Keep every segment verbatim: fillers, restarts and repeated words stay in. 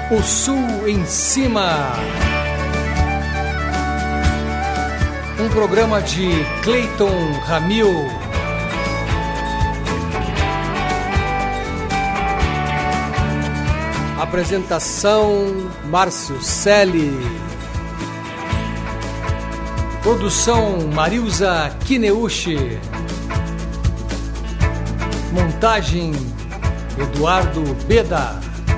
O Sul em Cima. Um programa de Cleiton Ramil. Apresentação Márcio Selle. Produção Marilza Kineuchi. Montagem Eduardo Beda.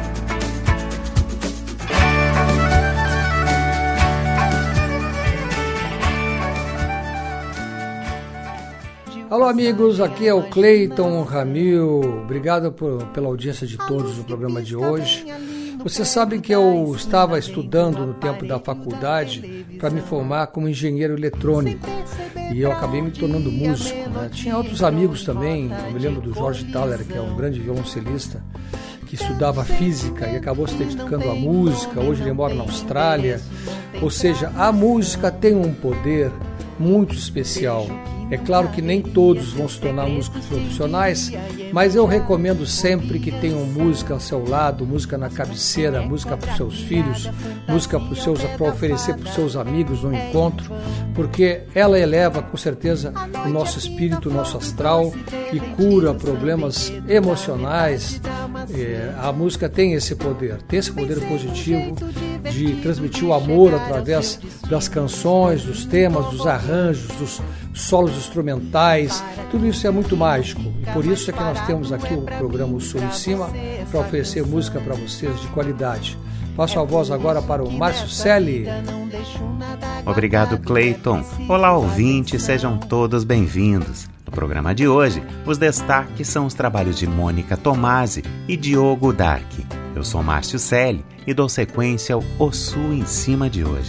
Alô amigos, aqui é o Cleiton Ramil. Obrigado por, pela audiência de todos no programa de hoje. Vocês sabem que eu estava estudando no tempo da faculdade para me formar como engenheiro eletrônico e eu acabei me tornando músico, né? Tinha outros amigos também, eu me lembro do Jorge Thaler, que é um grande violoncelista, que estudava física e acabou se dedicando à música. Hoje ele mora na Austrália. Ou seja, a música tem um poder muito especial. É claro que nem todos vão se tornar músicos profissionais, mas eu recomendo sempre que tenham música ao seu lado, música na cabeceira, música para os seus filhos, música para, os seus, para oferecer para os seus amigos no encontro, porque ela eleva com certeza o nosso espírito, o nosso astral e cura problemas emocionais. É, a música tem esse poder, tem esse poder positivo de transmitir o amor através das canções, dos temas, dos arranjos, dos solos instrumentais. Tudo isso é muito mágico e por isso é que nós temos aqui o programa O Sul em Cima para oferecer música para vocês de qualidade. Passo a voz agora para o Márcio Selle. Obrigado, Cleiton. Olá, ouvintes, sejam todos bem-vindos. No programa de hoje, os destaques são os trabalhos de Mônica Tomasi e Diogo Dark. Eu sou Márcio Selle e dou sequência ao O Sul em Cima de hoje.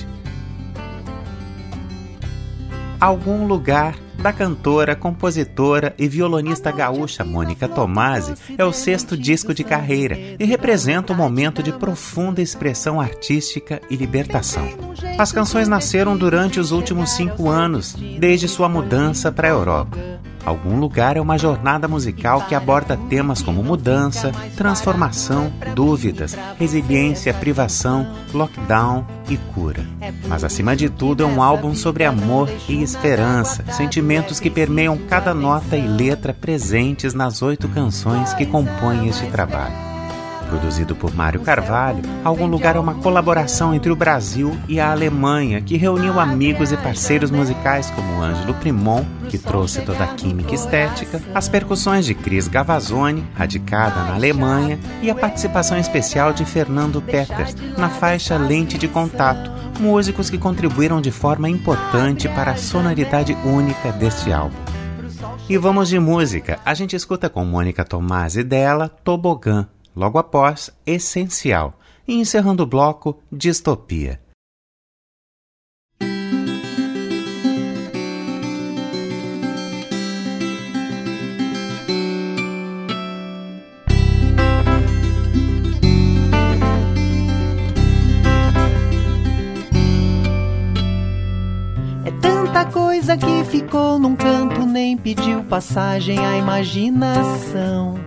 Algum Lugar, da cantora, compositora e violonista gaúcha Mônica Tomasi, é o sexto disco de carreira e representa um momento de profunda expressão artística e libertação. As canções nasceram durante os últimos cinco anos, desde sua mudança para a Europa. Algum Lugar é uma jornada musical que aborda temas como mudança, transformação, dúvidas, resiliência, privação, lockdown e cura. Mas acima de tudo é um álbum sobre amor e esperança, sentimentos que permeiam cada nota e letra presentes nas oito canções que compõem este trabalho. Produzido por Mário Carvalho, Algum Lugar é uma colaboração entre o Brasil e a Alemanha, que reuniu amigos e parceiros musicais como Ângelo Primon, que trouxe toda a química estética, as percussões de Cris Gavazzoni, radicada na Alemanha, e a participação especial de Fernando Peters, na faixa Lente de Contato, músicos que contribuíram de forma importante para a sonoridade única deste álbum. E vamos de música, a gente escuta com Mônica Tomasi dela, Tobogã, logo após, Essencial, e encerrando o bloco, Distopia. É tanta coisa que ficou num canto, nem pediu passagem à imaginação.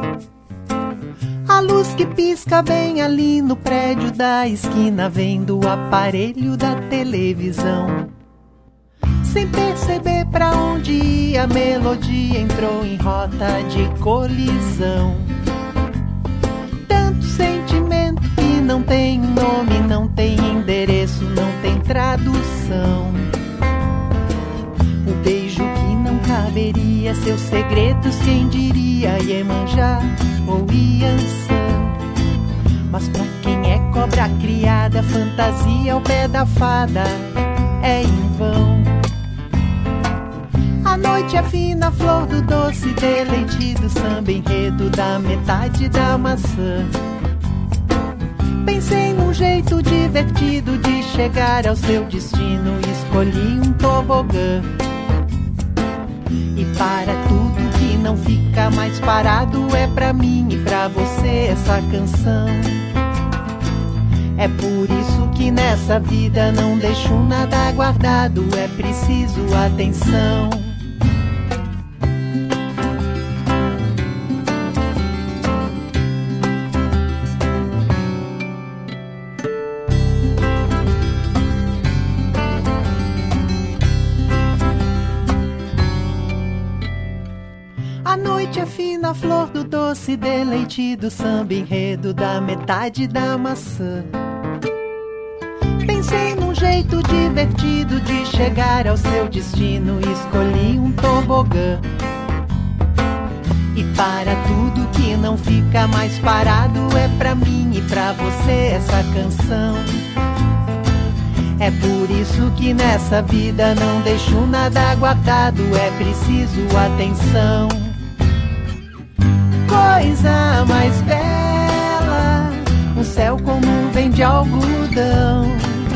A luz que pisca bem ali no prédio da esquina, vendo o aparelho da televisão. Sem perceber pra onde ia, a melodia entrou em rota de colisão. Tanto sentimento que não tem nome, não tem endereço, não tem tradução. O beijo que não caberia, seus segredos quem diria, Iemanjá ou Iansã. Mas pra quem é cobra criada, fantasia ao pé da fada é em vão. A noite é fina, flor do doce, deleite do samba, enredo da metade da maçã. Pensei num jeito divertido de chegar ao seu destino, escolhi um tobogã. E para tudo que não fica mais parado, é pra mim e pra você essa canção. É por isso que nessa vida não deixo nada guardado, é preciso atenção. na flor do doce deleite do samba enredo da metade da maçã. Pensei num jeito divertido de chegar ao seu destino, escolhi um tobogã. E para tudo que não fica mais parado, é pra mim e pra você essa canção. É por isso que nessa vida não deixo nada guardado, é preciso atenção. Coisa mais bela, um céu com nuvem de algodão.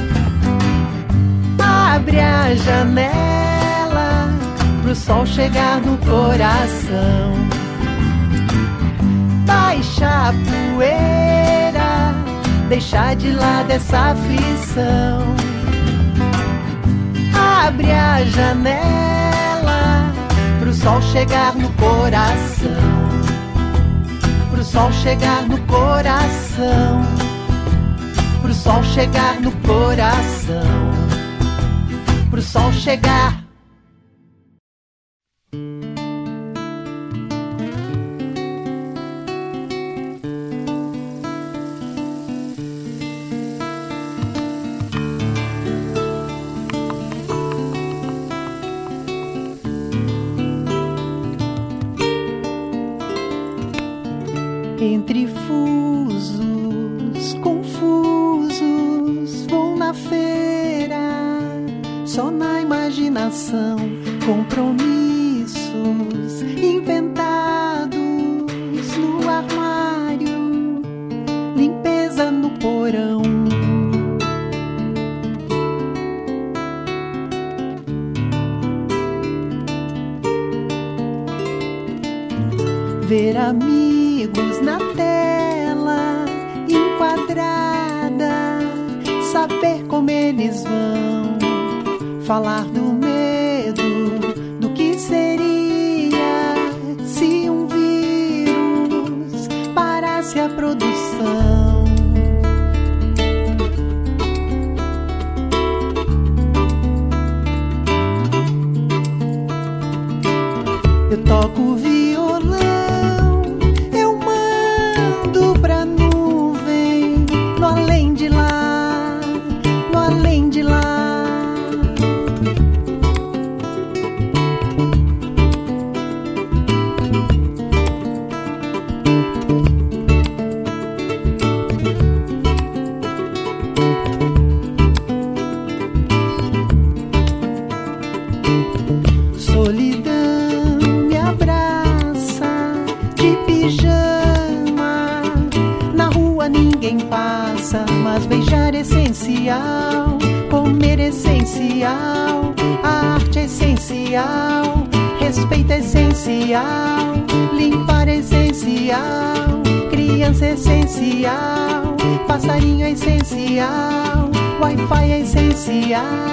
Abre a janela pro sol chegar no coração. Baixa a poeira, deixa de lado essa aflição. Abre a janela pro sol chegar no coração. Pro sol chegar no coração. Pro sol chegar no coração. Pro sol chegar. Entre fusos, confusos, vou na feira, só na imaginação, compromissos inventados no armário, limpeza no porão. Ver amigos na tela enquadrada, saber como eles vão falar do medo, do que seria se um vírus parasse a produção. Eu toco violão, mas beijar é essencial, comer é essencial, a arte é essencial, respeito é essencial, limpar é essencial, criança é essencial, passarinho é essencial, Wi-Fi é essencial.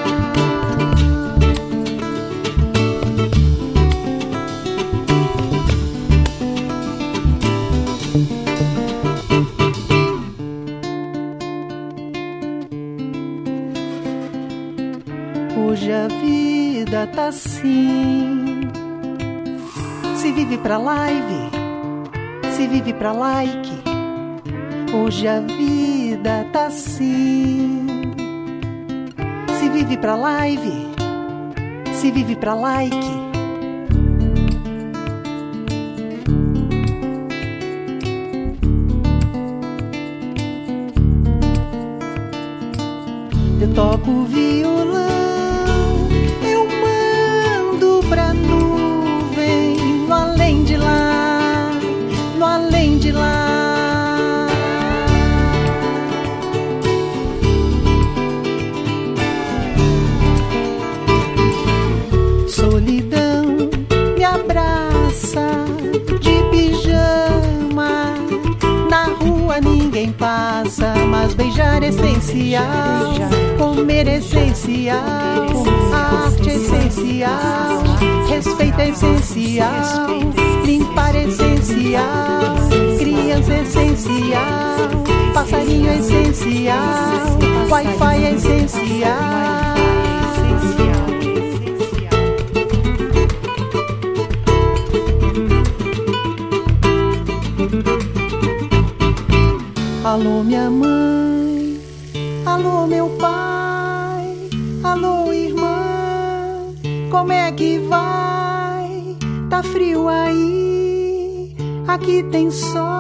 Hoje a vida tá assim, se vive pra live, se vive pra like. Hoje a vida tá assim, se vive pra live, se vive pra like. Eu toco violão, pra nuvem, no além de lá, no além de lá. Solidão me abraça de pijama, na rua ninguém passa, mas beijar é essencial, comer é essencial, a arte é essencial, respeito é essencial, limpar é essencial, criança é essencial, passarinho é essencial, Wi-Fi é essencial. Alô, minha mãe, alô, meu pai, alô, irmã, como é que vai? Tá frio aí, aqui tem sol.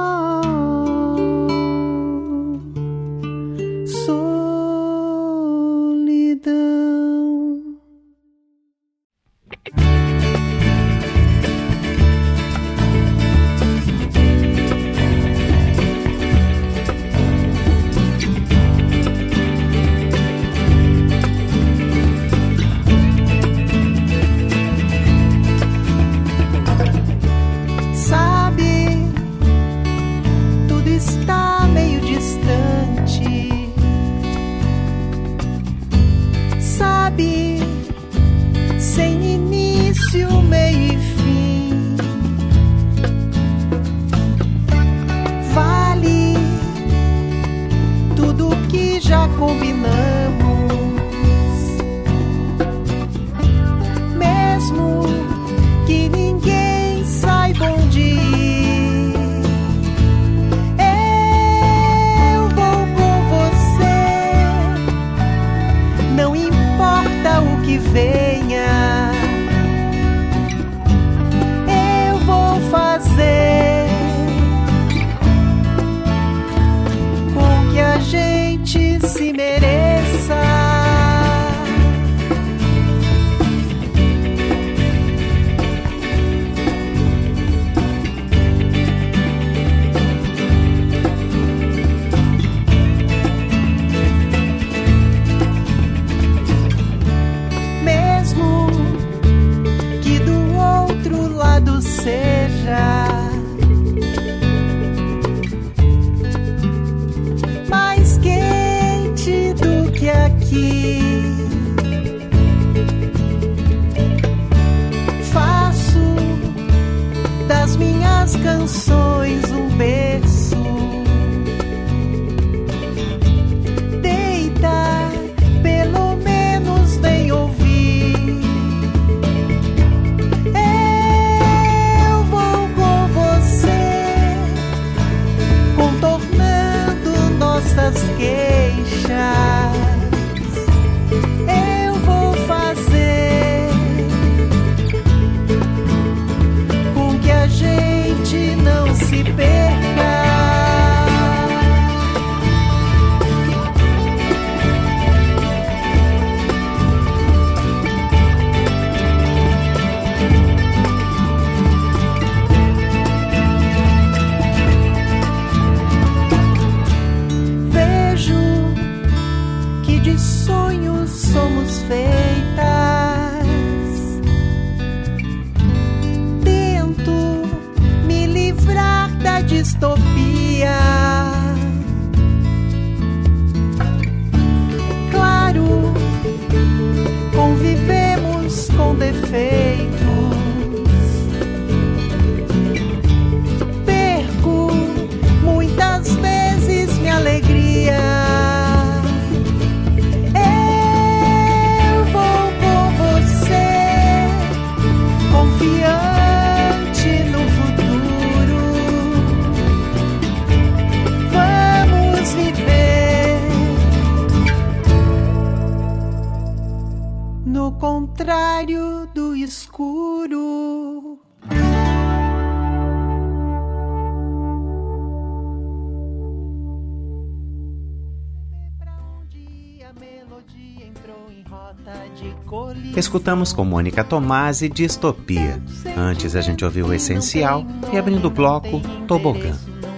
Escutamos com Mônica Tomasi Distopia. Antes a gente ouviu o Essencial e, abrindo o bloco, Tobogã.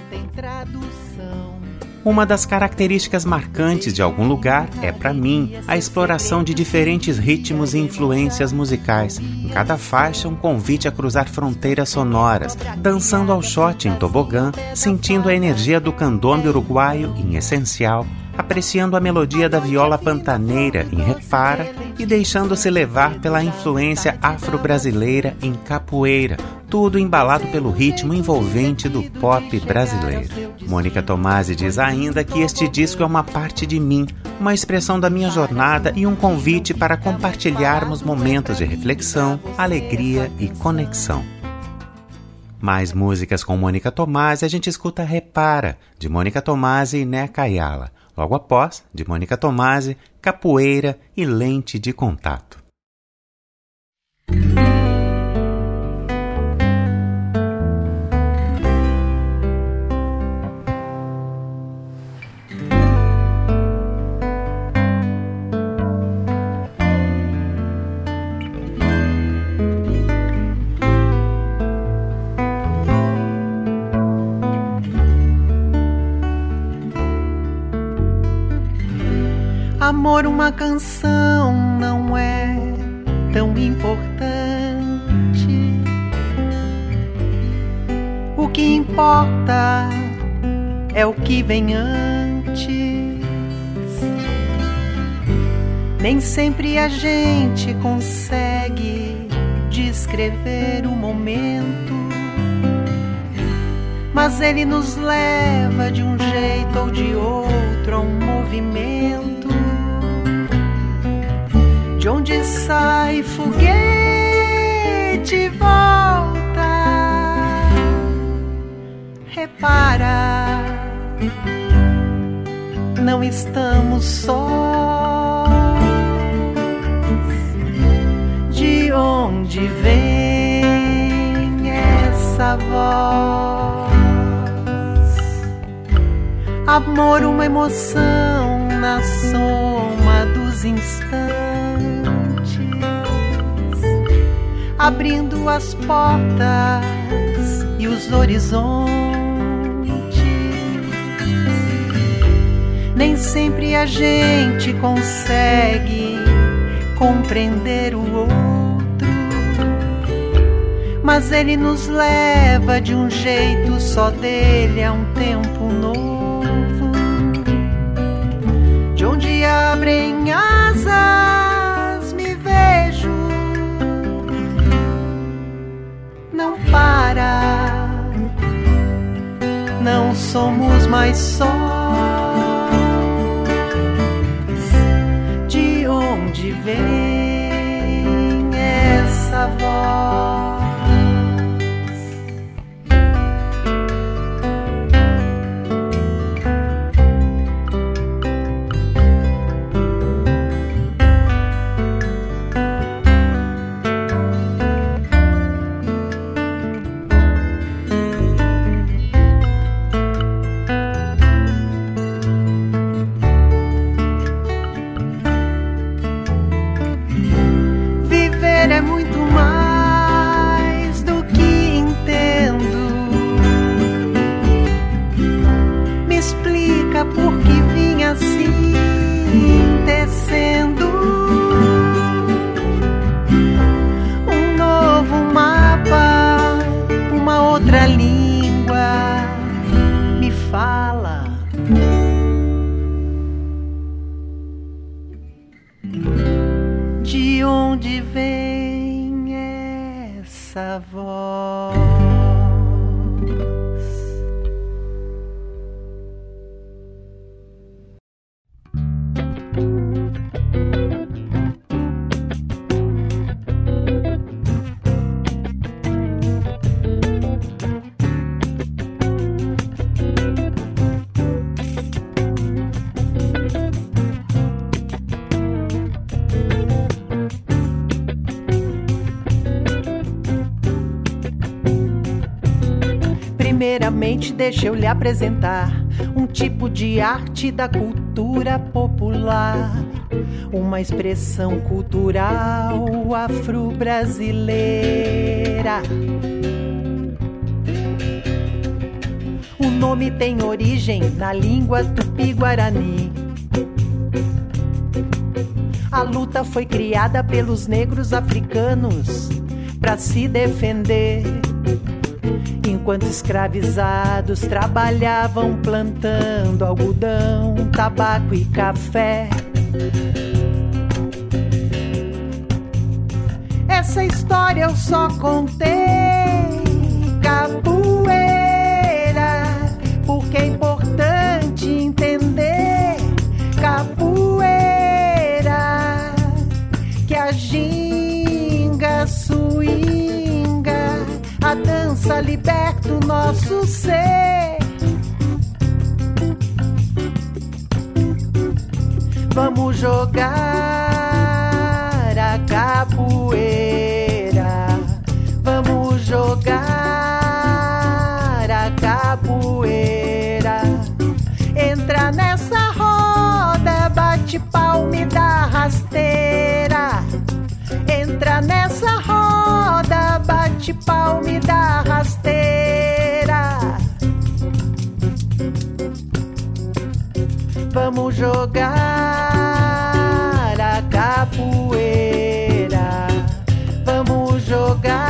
Uma das características marcantes de algum lugar é, para mim, a exploração de diferentes ritmos e influências musicais. Em cada faixa, um convite a cruzar fronteiras sonoras, dançando ao shot em tobogã, sentindo a energia do candombe uruguaio em Essencial, apreciando a melodia da viola pantaneira em Repara e deixando-se levar pela influência afro-brasileira em Capoeira, tudo embalado pelo ritmo envolvente do pop brasileiro. Mônica Tomasi diz ainda que este disco é uma parte de mim, uma expressão da minha jornada e um convite para compartilharmos momentos de reflexão, alegria e conexão. Mais músicas com Mônica Tomasi, a gente escuta Repara, de Mônica Tomasi e Neca Ayala. Logo após, de Mônica Tomasi, Capoeira e Lente de Contato. Amor, uma canção não é tão importante. O que importa é o que vem antes. Nem sempre a gente consegue descrever o momento, mas ele nos leva de um jeito ou de outro a um movimento. De onde sai foguete volta, repara, não estamos sós. De onde vem essa voz? Amor, uma emoção na soma dos instantes, abrindo as portas e os horizontes. Nem sempre a gente consegue compreender o outro, mas ele nos leva de um jeito só dele a um tempo novo, de onde abrem asas me vejo. Não para, não somos mais sós. De onde vem essa voz? De onde vem essa voz? Primeiramente, deixa eu lhe apresentar um tipo de arte da cultura popular, uma expressão cultural afro-brasileira. O nome tem origem na língua tupi-guarani. A luta foi criada pelos negros africanos para se defender, enquanto escravizados trabalhavam plantando algodão, tabaco e café. Essa história eu só contei capoeira, porque é importante entender capoeira, que a ginga swinga, a dança libera nosso ser. Vamos jogar a capoeira, vamos jogar a capoeira. Entra nessa roda, bate palma e dá rasteira. Entra nessa roda, bate palma e dá rasteira. Vamos jogar a capoeira, vamos jogar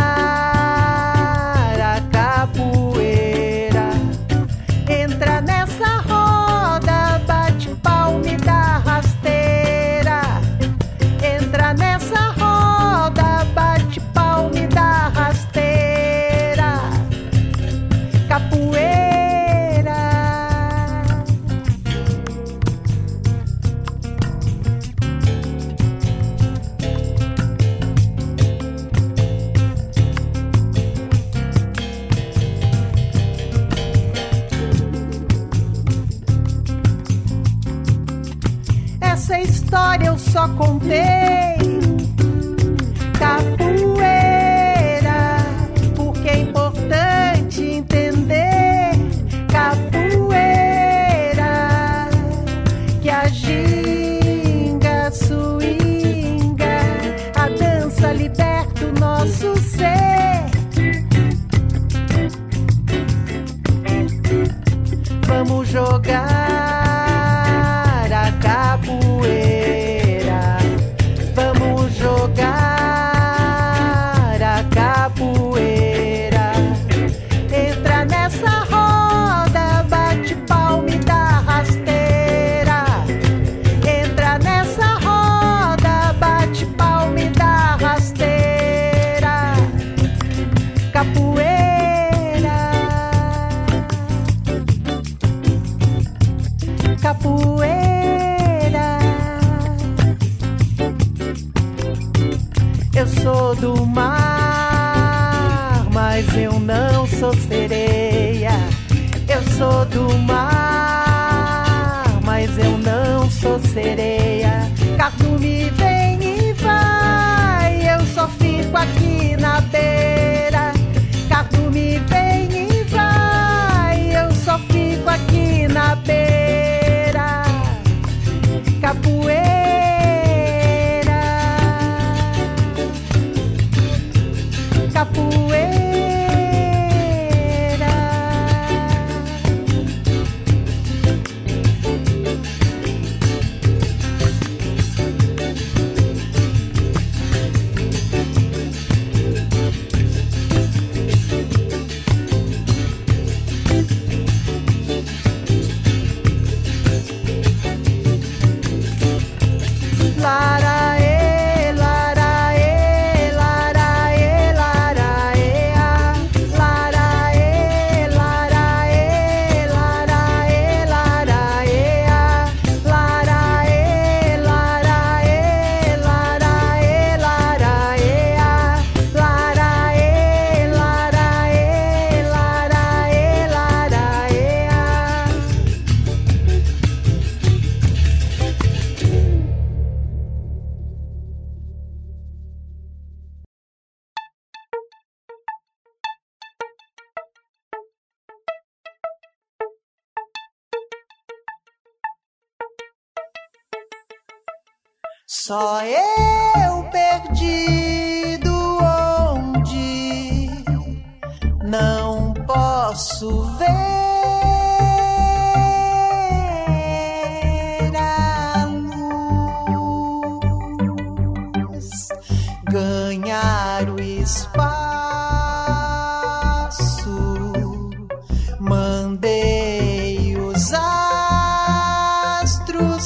a capoeira. Entra nessa roda, bate palma e dá rasteira. Entra nessa roda, bate palma e dá rasteira. Capoeira. Essa história eu só contei capoeira, porque é importante entender capoeira, que a ginga swinga, a dança liberta o nosso ser. Vamos jogar a capoeira, vamos jogar a capoeira. Entra nessa roda, bate palma e dá rasteira. Entra nessa roda, bate palma e dá rasteira. Capoeira. Capoeira. Eu sou do mar, mas eu não sou sereia. Eu sou do mar, mas eu não sou sereia. Cardume vem e vai, eu só fico aqui na beira. Cardume vem e vai, eu só fico aqui na beira. Capoeira. Capoeira. Só eu perdido onde não posso ver a luz ganhar o espaço. Mandei os astros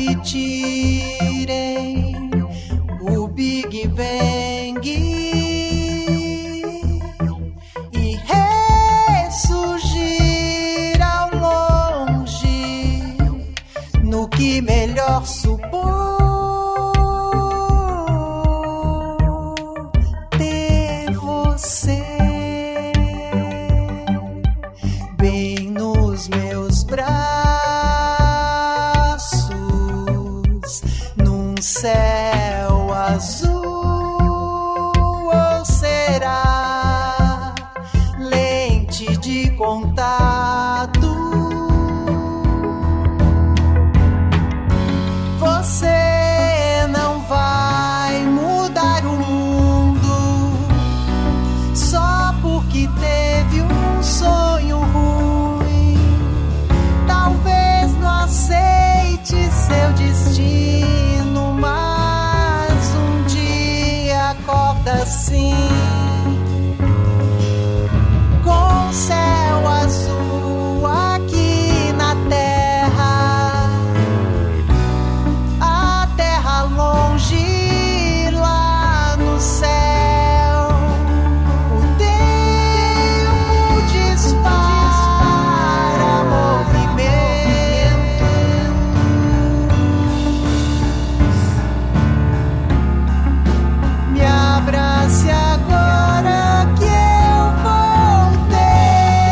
repetirem o Big Bang e ressurgir ao longe no que melhor supor. Ter você bem nos meus braços, num céu azul. Ou será lente de contato? Você não vai mudar o mundo só porque teve um sonho ruim. Talvez não aceite seu destino, mas um dia acorda assim, com o céu azul aqui na terra, a terra longe lá no céu. O tempo dispara movimento. Me abrace agora que eu voltei.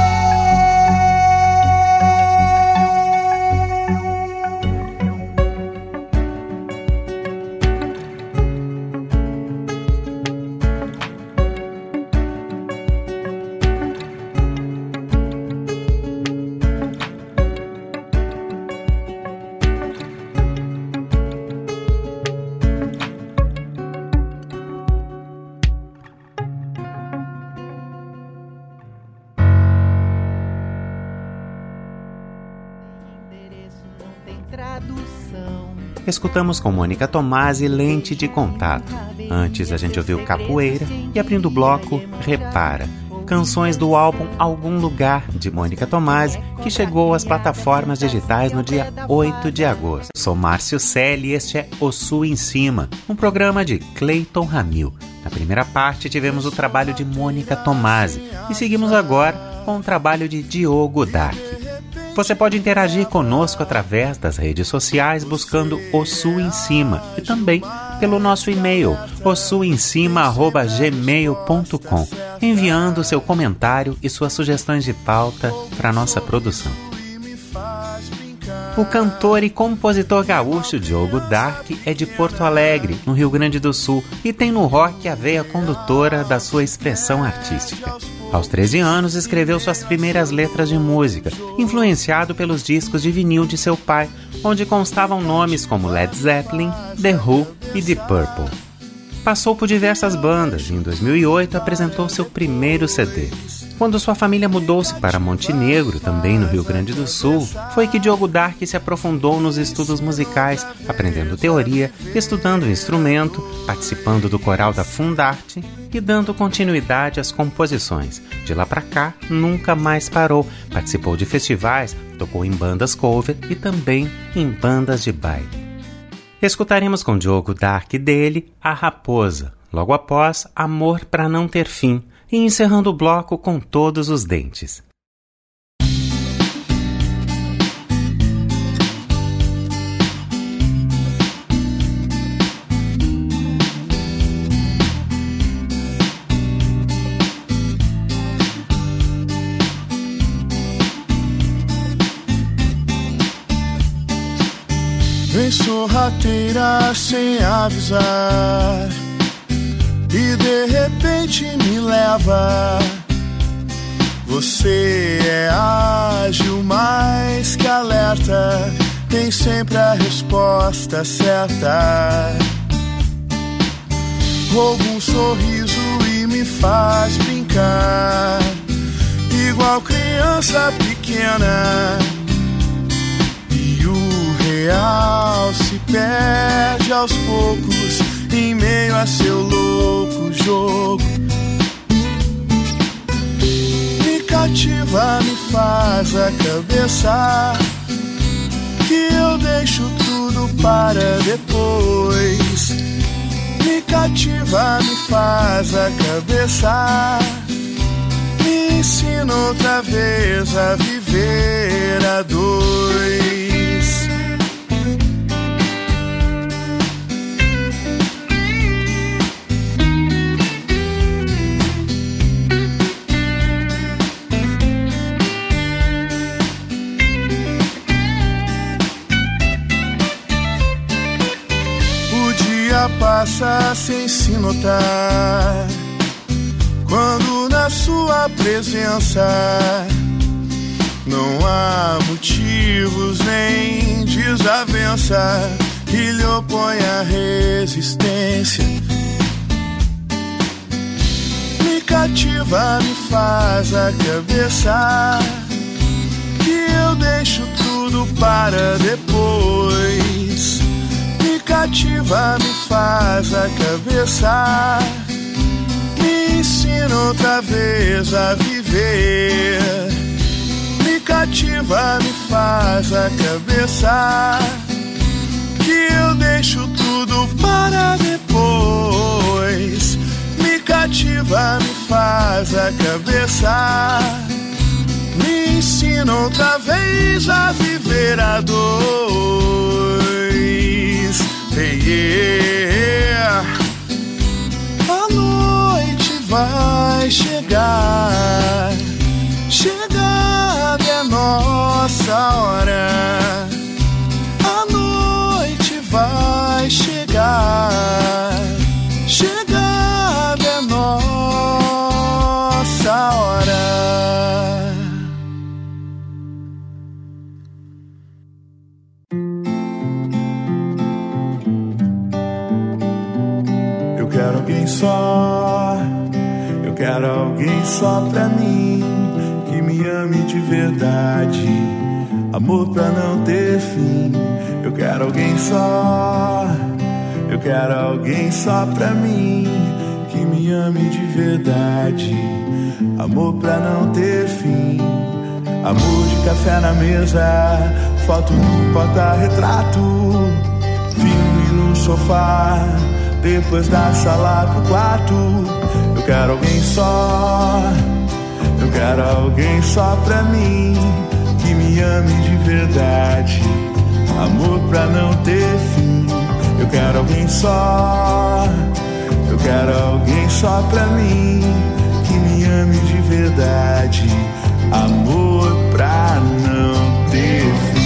Endereço não tem tradução. Escutamos com Mônica Tomasi Lente de Contato. Antes a gente ouviu Capoeira e, abrindo o bloco, Repara. Canções do álbum Algum Lugar, de Mônica Tomasi, que chegou às plataformas digitais no dia oito de agosto. Sou Márcio Selle e este é O Sul em Cima, um programa de Cleiton Ramil. Na primeira parte tivemos o trabalho de Mônica Tomasi e seguimos agora com o trabalho de Diogo Dark. Você pode interagir conosco através das redes sociais buscando O Sul em Cima e também pelo nosso e-mail o sul em cima arroba gmail ponto com, enviando seu comentário e suas sugestões de pauta para a nossa produção. O cantor e compositor gaúcho Diogo Dark é de Porto Alegre, no Rio Grande do Sul, e tem no rock a veia condutora da sua expressão artística. Aos treze anos, escreveu suas primeiras letras de música, influenciado pelos discos de vinil de seu pai, onde constavam nomes como Led Zeppelin, The Who e Deep Purple. Passou por diversas bandas e em dois mil e oito apresentou seu primeiro C D. Quando sua família mudou-se para Montenegro, também no Rio Grande do Sul, foi que Diogo Dark se aprofundou nos estudos musicais, aprendendo teoria, estudando o instrumento, participando do coral da Fundarte e dando continuidade às composições. De lá pra cá, nunca mais parou, participou de festivais, tocou em bandas cover e também em bandas de baile. Escutaremos com Diogo Dark dele A Raposa, logo após Amor Pra Não Ter Fim, e encerrando o bloco com Todos os Dentes. Vem sorrateira sem avisar e de repente me leva. Você é ágil, mais que alerta, tem sempre a resposta certa. Rouba um sorriso e me faz brincar, igual criança pequena. E o real se perde aos poucos em meio a seu louco jogo. Me cativa, me faz a cabeça, que eu deixo tudo para depois. Me cativa, me faz a cabeça, me ensina outra vez a viver a dois. dia passa sem se notar, quando na sua presença não há motivos nem desavença que lhe oponha resistência. Me cativa, me faz a cabeça, que eu deixo tudo para depois. Me cativa, me faz a cabeça, me ensina outra vez a viver. Me cativa, me faz a cabeça, que eu deixo tudo para depois. Me cativa, me faz a cabeça, me ensina outra vez a viver a dois. Hey, yeah. A noite vai chegar, chegada é nossa hora. A noite vai chegar, chegada é nossa hora. Eu quero alguém só, eu quero alguém só pra mim, que me ame de verdade, amor pra não ter fim. Eu quero alguém só, eu quero alguém só pra mim, que me ame de verdade, amor pra não ter fim. Amor de café na mesa, foto no porta-retrato, filme no sofá, depois da sala pro quarto. Eu quero alguém só, eu quero alguém só pra mim, que me ame de verdade, amor pra não ter fim. Eu quero alguém só, eu quero alguém só pra mim, que me ame de verdade, amor pra não ter fim.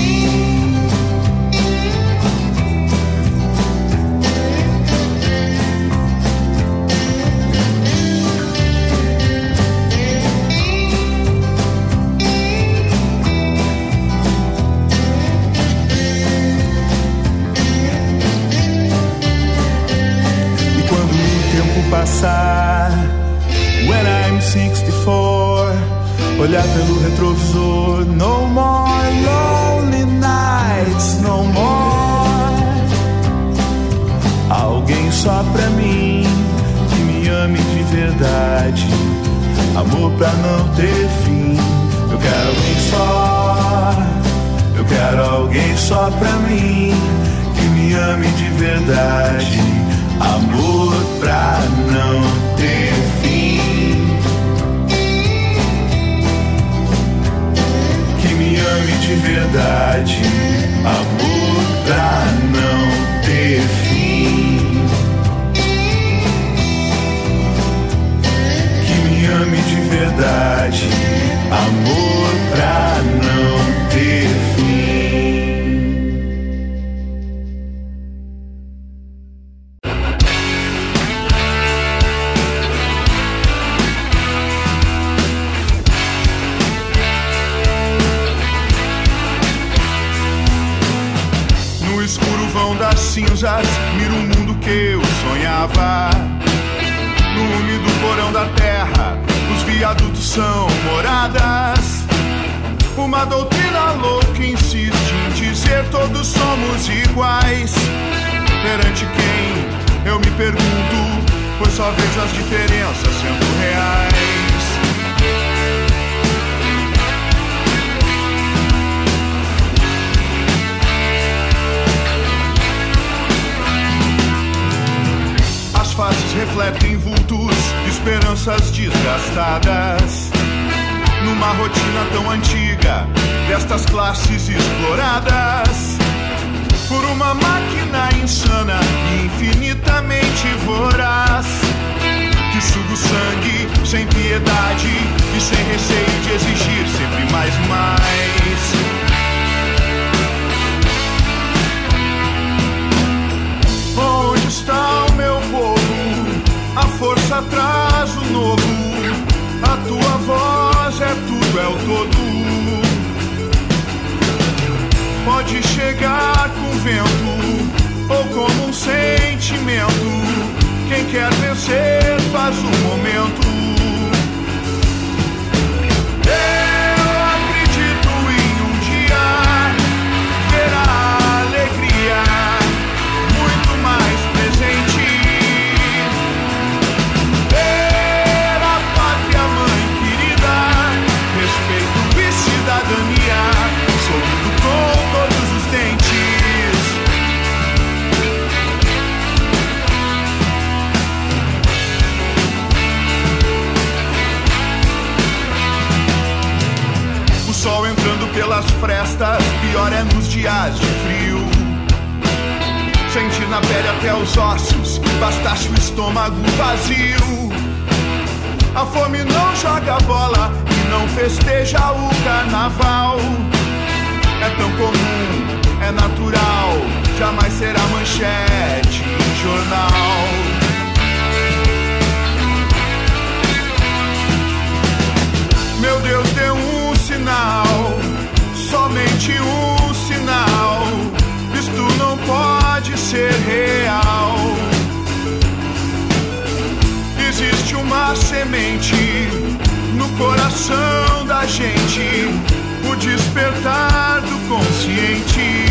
Passar, when I'm sixty-four, olhar pelo retrovisor, no more lonely nights, no more. Alguém só pra mim, que me ame de verdade, amor pra não ter fim. Eu quero alguém só, eu quero alguém só pra mim, que me ame de verdade, amor pra não ter fim. Que me ame de verdade, amor pra não ter fim. Que me ame de verdade, amor pra não ter fim. Cinzas, miro o mundo que eu sonhava. No úmido porão da terra, os viadutos são moradas. Uma doutrina louca insiste em dizer todos somos iguais. Perante quem, eu me pergunto, pois só vejo as diferenças sendo reais. Faces refletem vultos, esperanças desgastadas, numa rotina tão antiga destas classes exploradas por uma máquina insana e infinitamente voraz, que suga o sangue sem piedade e sem receio de exigir sempre mais e mais. Onde está pode chegar com vento ou como um sentimento. Quem quer vencer faz um momento. Eu acredito em um dia ver a alegria muito mais presente. Ver a pátria mãe querida, respeito e cidadania, sorrindo com todos os dentes. O sol entrando pelas frestas, pior é nos dias de frio. Sentir na pele até os ossos, bastasse o estômago vazio. A fome não joga bola e não festeja o carnaval. É tão comum, é natural, jamais será manchete em jornal. Meu Deus, deu um sinal, somente um sinal. Isto não pode ser real. Existe uma semente no coração da gente, o despertar do consciente.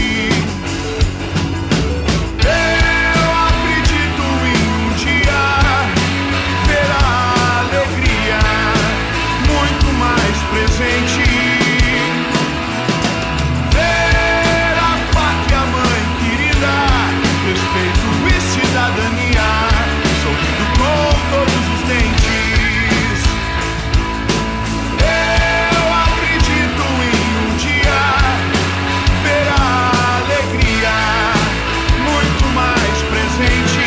Eu acredito em um dia ver a alegria muito mais presente. Ver a pátria mãe querida, respeito e cidadania, sorrindo com todos os dentes. Eu acredito em um dia ver a alegria muito mais presente.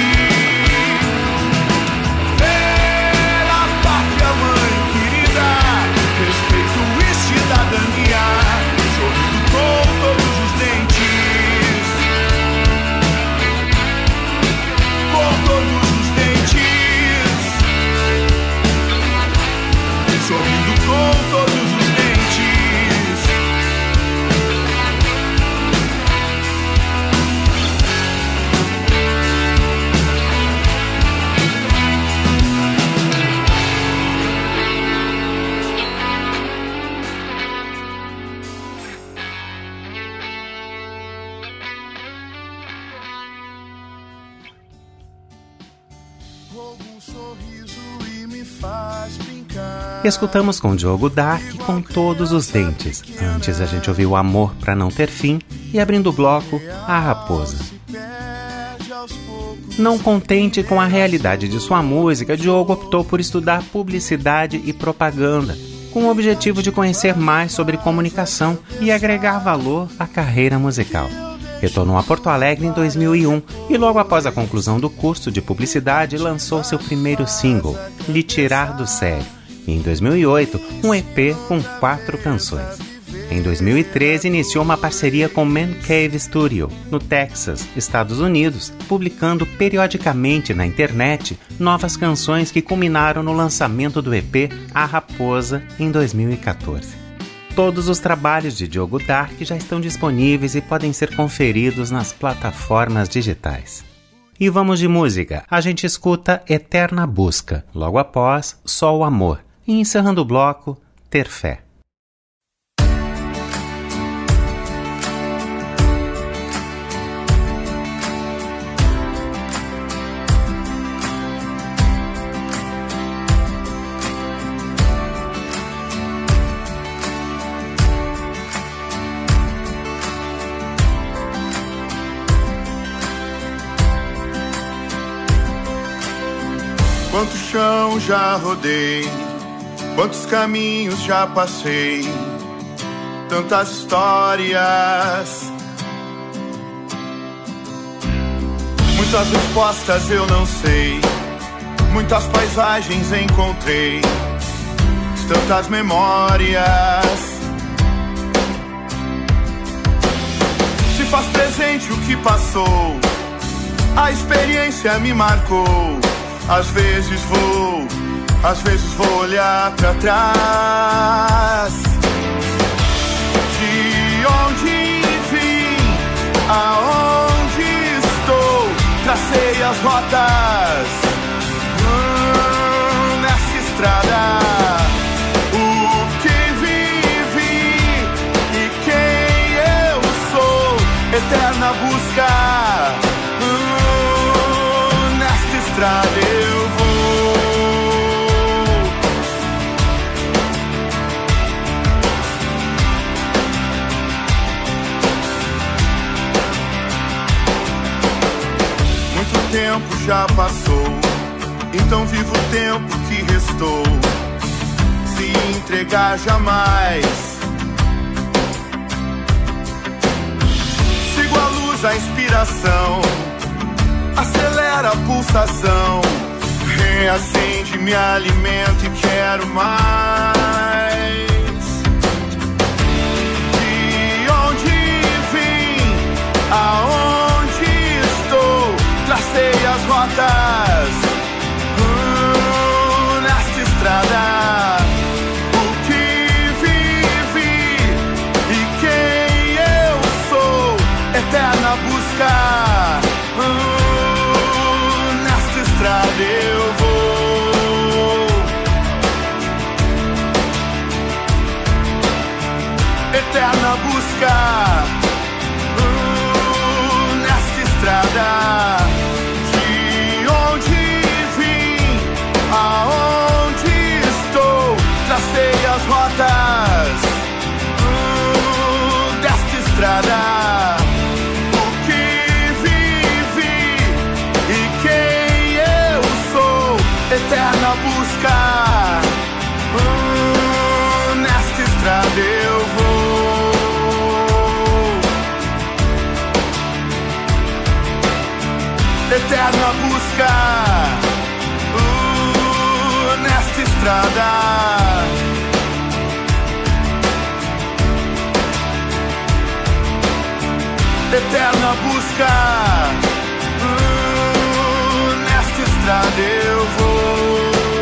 Ver a pátria mãe querida, respeito e cidadania, sorrindo com todos os dentes. Com todos os dentes. Sorrindo com todos os dentes. Rouba um sorriso e me faz brincar. Escutamos com Diogo Dark Com Todos os Dentes. Antes a gente ouviu Amor Pra Não Ter Fim e abrindo o bloco, A Raposa. Não contente com a realidade de sua música, Diogo optou por estudar publicidade e propaganda, com o objetivo de conhecer mais sobre comunicação e agregar valor à carreira musical. Retornou a Porto Alegre em dois mil e um e logo após a conclusão do curso de publicidade lançou seu primeiro single, Lhe Tirar do Sério, e em dois mil e oito um E P com quatro canções. Em dois mil e treze iniciou uma parceria com Man Cave Studio, no Texas, Estados Unidos, publicando periodicamente na internet novas canções que culminaram no lançamento do E P A Raposa em dois mil e quatorze. Todos os trabalhos de Diogo Dark já estão disponíveis e podem ser conferidos nas plataformas digitais. E vamos de música. A gente escuta Eterna Busca, logo após Só o Amor. E encerrando o bloco, Ter Fé. Quanto chão já rodei, quantos caminhos já passei, tantas histórias. Muitas respostas eu não sei, muitas paisagens encontrei, tantas memórias. Se faz presente o que passou, a experiência me marcou. Às vezes vou, às vezes vou olhar pra trás. De onde vim, eterna busca. Hum, nesta estrada eu vou. Muito tempo já passou, então viva o tempo que restou. Se entregar jamais. Sigo a luz, a inspiração, acelera a pulsação, reacende, me alimento e quero mais. De onde vim, aonde estou, tracei as rotas hum, nesta estrada. O que vivi e quem eu sou, eterna busca. Hum, nesta estrada eu vou. Eterna busca. Hum, nesta estrada. De onde vim, aonde estou, tracei as rotas hum, desta estrada. O que vivi e quem eu sou, eterna busca. Hum, nesta estrada eu vou. Eterna busca. Uh, nesta estrada. Eterna busca. Uh, nesta estrada eu vou.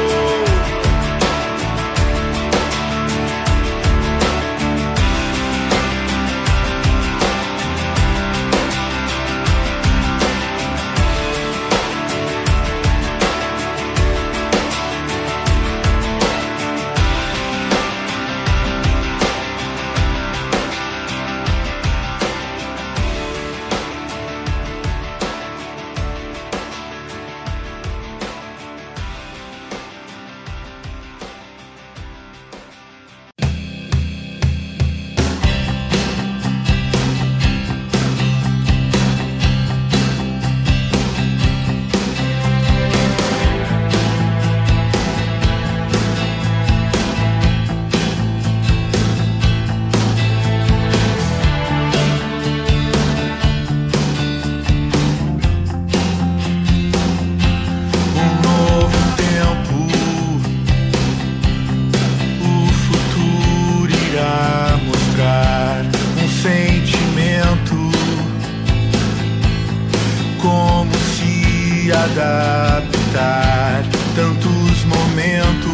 Adaptar tantos momentos,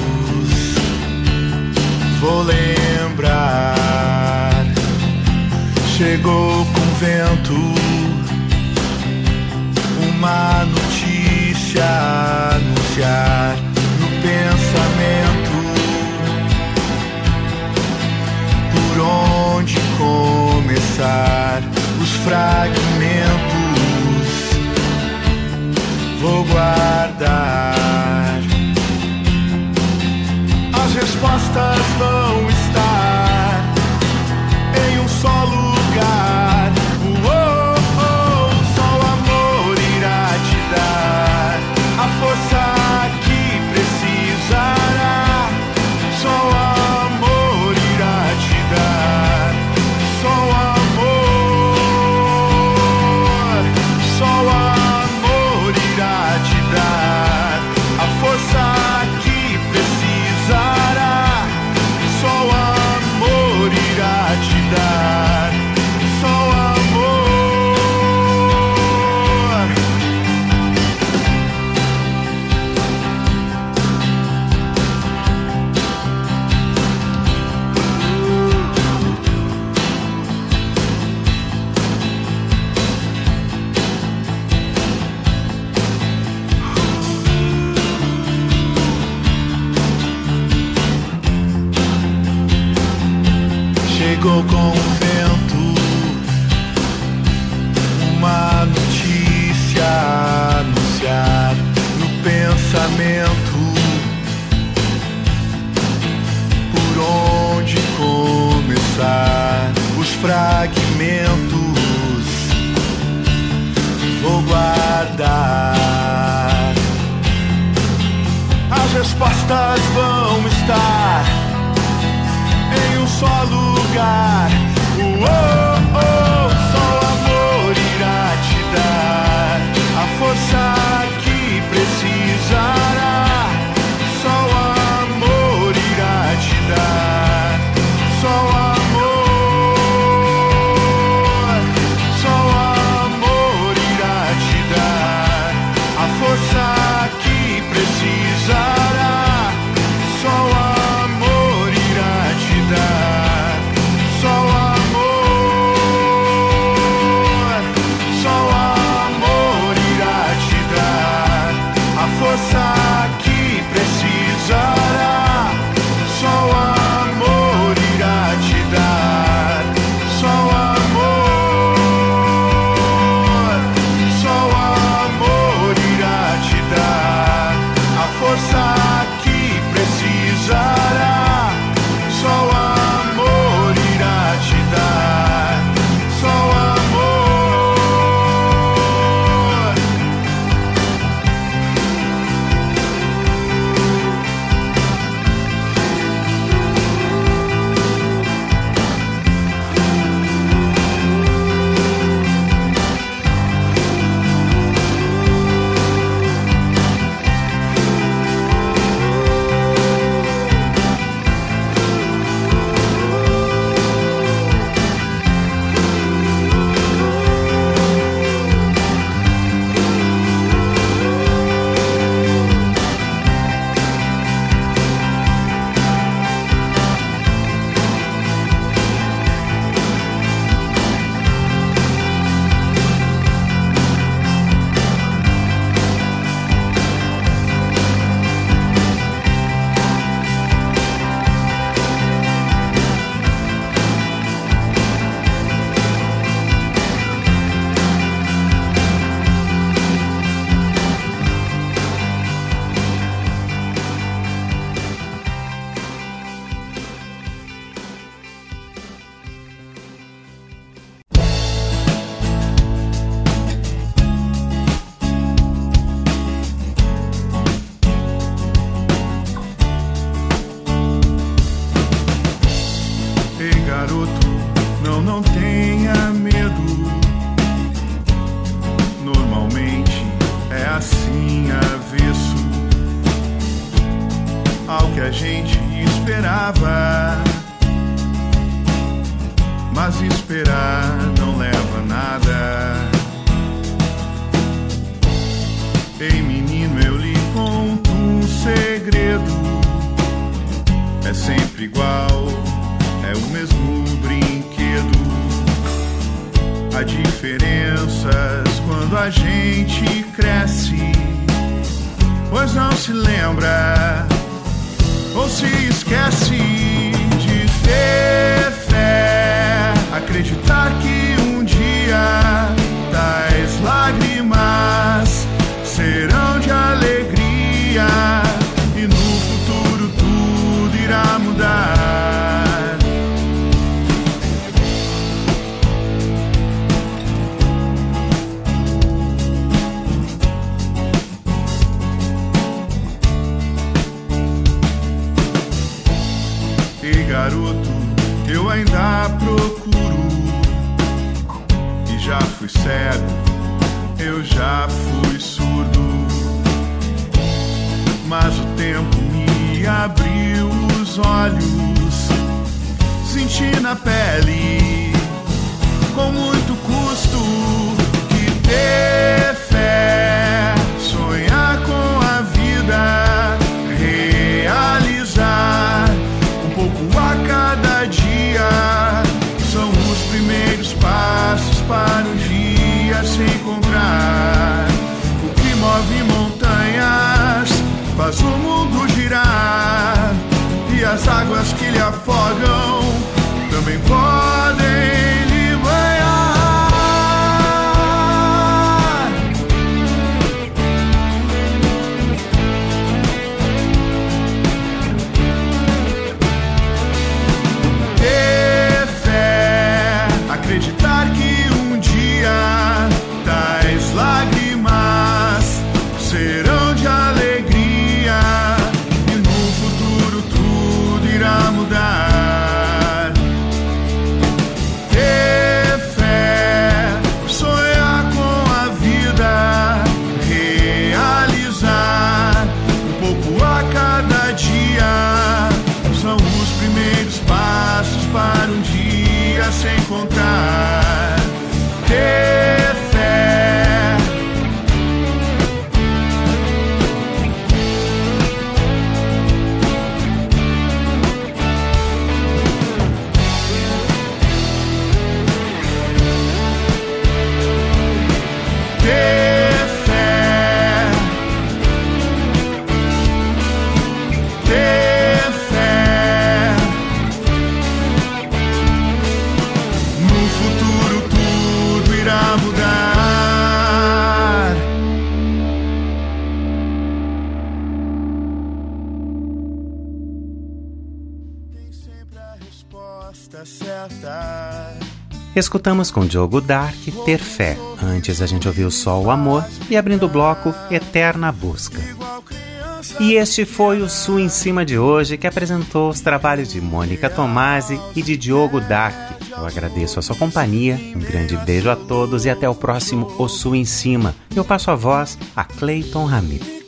vou lembrar. Chegou com vento uma notícia a anunciar no pensamento. Por onde começar? Os fragmentos vou guardar. As respostas vão estar em um só lugar. Oh, oh, só o amor irá te dar a força que precisará. Só o amor irá te dar. Só o amor. Só o amor irá te dar a força que precisará. Só o amor irá te dar. Só o amor. Chegou com o vento a notícia anunciar no pensamento por onde começar os fragmentos. Vou guardar. As respostas vão estar em um só lugar. Oh, oh, só o amor irá te dar a força que precisará. Só o amor irá te dar. Só o amor, só o amor irá te dar a força que precisará. Só o amor irá te dar. Só o amor, só o amor irá te dar a força que precisará. Só o amor irá te dar. Só o amor, só o amor irá te dar a força que precisará. Só o amor irá te dar. Só o amor. Ei, garoto, não, não tenha medo. Normalmente é assim, avesso ao que a gente esperava. Mas esperar não leva a nada. Ei, menino, eu lhe conto um segredo. É sempre igual, é o mesmo brinquedo. Há diferenças quando a gente cresce, pois não se lembra ou se esquece de ter fé, acreditar que um dia tais lágrimas serão de alegria e no futuro tudo irá mudar. E garoto, eu ainda procuro, e já fui cego, eu já fui surdo, mas o tempo me abriu os olhos, senti na pele, com muito custo, que ter fé, sonhar com a vida, realizar um pouco a cada dia, são os primeiros passos para um dia se encontrar. O que move montanhas faz o mundo girar, e as águas que lhe afogam também podem lhe banhar. acreditar que um dia tais lágrimas serão de alegria e no futuro tudo irá mudar. Ter fé, sonhar com a vida, realizar um pouco a cada dia, são os primeiros passos para um dia se encontrar. Ter fé, ter fé, ter fé. No futuro tudo irá mudar. Tem sempre a resposta certa. Escutamos com Diogo Dark Ter Fé. Antes a gente ouviu Só o Amor e abrindo o bloco Eterna Busca. E este foi o Sul em Cima de hoje, que apresentou os trabalhos de Mônica Tomasi e de Diogo Dark. Eu agradeço a sua companhia, um grande beijo a todos e até o próximo O Sul em Cima. Eu passo a voz a Cleiton Ramiro.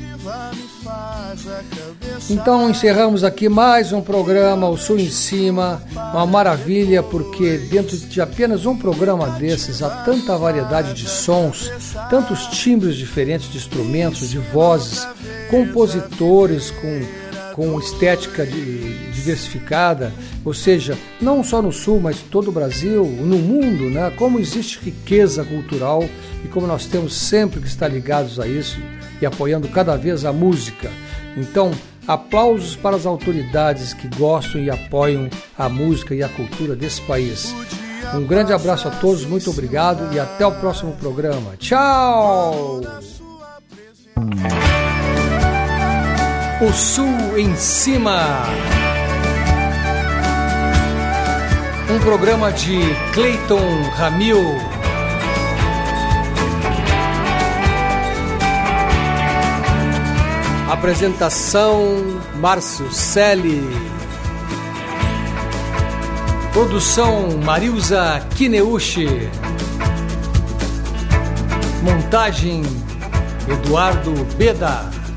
Então encerramos aqui mais um programa, O Sul em Cima, uma maravilha, porque dentro de apenas um programa desses há tanta variedade de sons, tantos timbres diferentes de instrumentos, de vozes, compositores com, com estética de, diversificada, ou seja, não só no Sul, mas todo o Brasil, no mundo, né? Como existe riqueza cultural e como nós temos sempre que estar ligados a isso e apoiando cada vez a música. Então, aplausos para as autoridades que gostam e apoiam a música e a cultura desse país. Um grande abraço a todos, muito obrigado e até o próximo programa. Tchau! O Sul em Cima. Um programa de Cleiton Ramil. Apresentação Márcio Selle. Produção Marilza Kineuchi. Montagem Eduardo Beda.